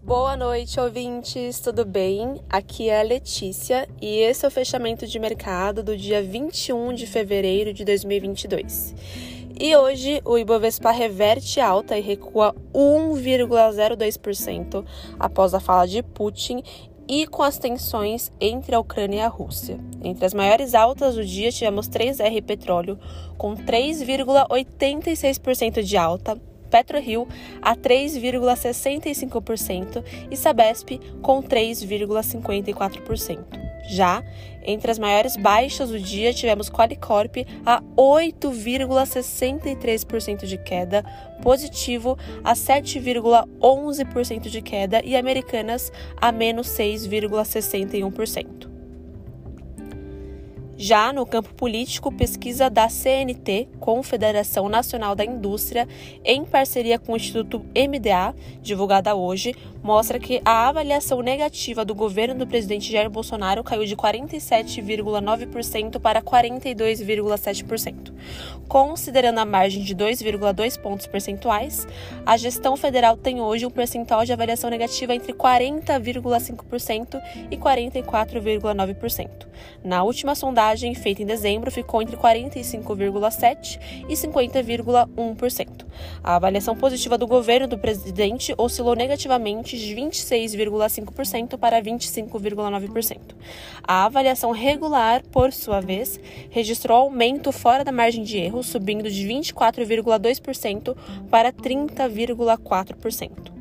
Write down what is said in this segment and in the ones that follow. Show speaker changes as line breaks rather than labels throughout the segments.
Boa noite, ouvintes, tudo bem? Aqui é a Letícia e esse é o fechamento de mercado do dia 21 de fevereiro de 2022. E hoje o Ibovespa reverte alta e recua 1,02% após a fala de Putin e com as tensões entre a Ucrânia e a Rússia. Entre as maiores altas do dia tivemos 3R Petróleo com 3,86% de alta, PetroRio a 3,65% e Sabesp com 3,54%. Já entre as maiores baixas do dia tivemos Qualicorp a 8,63% de queda, Positivo a 7,11% de queda e Americanas a menos 6,61%. Já no campo político, pesquisa da CNT, Confederação Nacional da Indústria, em parceria com o Instituto MDA, divulgada hoje, mostra que a avaliação negativa do governo do presidente Jair Bolsonaro caiu de 47,9% para 42,7%. Considerando a margem de 2,2 pontos percentuais, a gestão federal tem hoje um percentual de avaliação negativa entre 40,5% e 44,9%. Na última sondagem, feita em dezembro, ficou entre 45,7% e 50,1%. A avaliação positiva do governo do presidente oscilou negativamente de 26,5% para 25,9%. A avaliação regular, por sua vez, registrou aumento fora da margem de erro, subindo de 24,2% para 30,4%.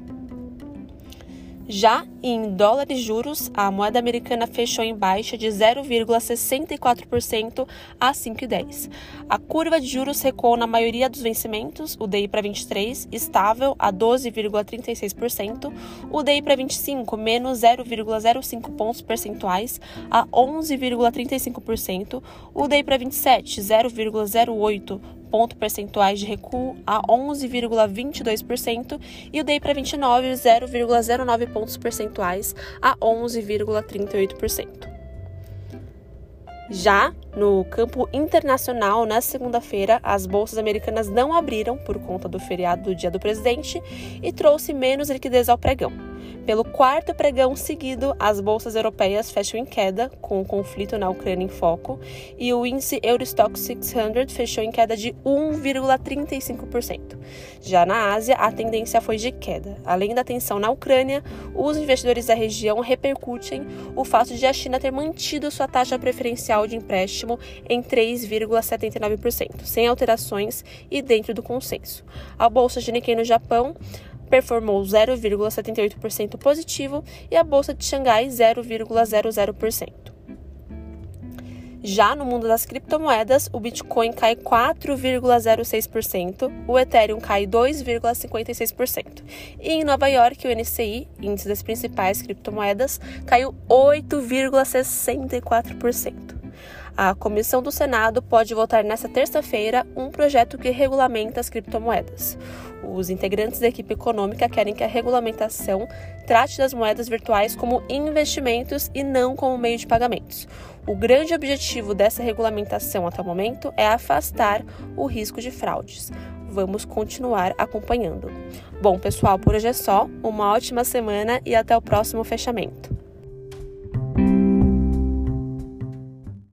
Já em dólares juros, a moeda americana fechou em baixa de 0,64% a 5,10. A curva de juros recuou na maioria dos vencimentos, o DI para 23 estável a 12,36%, o DI para 25 menos 0,05 pontos percentuais a 11,35%, o DI para 27 0,08 pontos percentuais de recuo a 11,22% e o DI para 29 0,09 pontos percentuais a 11,38%. Já no campo internacional, na segunda-feira, as bolsas americanas não abriram por conta do feriado do Dia do Presidente e trouxe menos liquidez ao pregão. Pelo quarto pregão seguido, as bolsas europeias fecham em queda, com o conflito na Ucrânia em foco, e o índice Eurostoxx 600 fechou em queda de 1,35%. Já na Ásia, a tendência foi de queda. Além da tensão na Ucrânia, os investidores da região repercutem o fato de a China ter mantido sua taxa preferencial de empréstimo em 3,79%, sem alterações e dentro do consenso. A bolsa de Nikkei no Japão performou 0,78% positivo e a bolsa de Xangai 0,00%. Já no mundo das criptomoedas, o Bitcoin cai 4,06%, o Ethereum cai 2,56%. E em Nova York, o NCI, índice das principais criptomoedas, caiu 8,64%. A Comissão do Senado pode votar nesta terça-feira um projeto que regulamenta as criptomoedas. Os integrantes da equipe econômica querem que a regulamentação trate das moedas virtuais como investimentos e não como meio de pagamentos. O grande objetivo dessa regulamentação até o momento é afastar o risco de fraudes. Vamos continuar acompanhando. Bom, pessoal, por hoje é só. Uma ótima semana e até o próximo fechamento.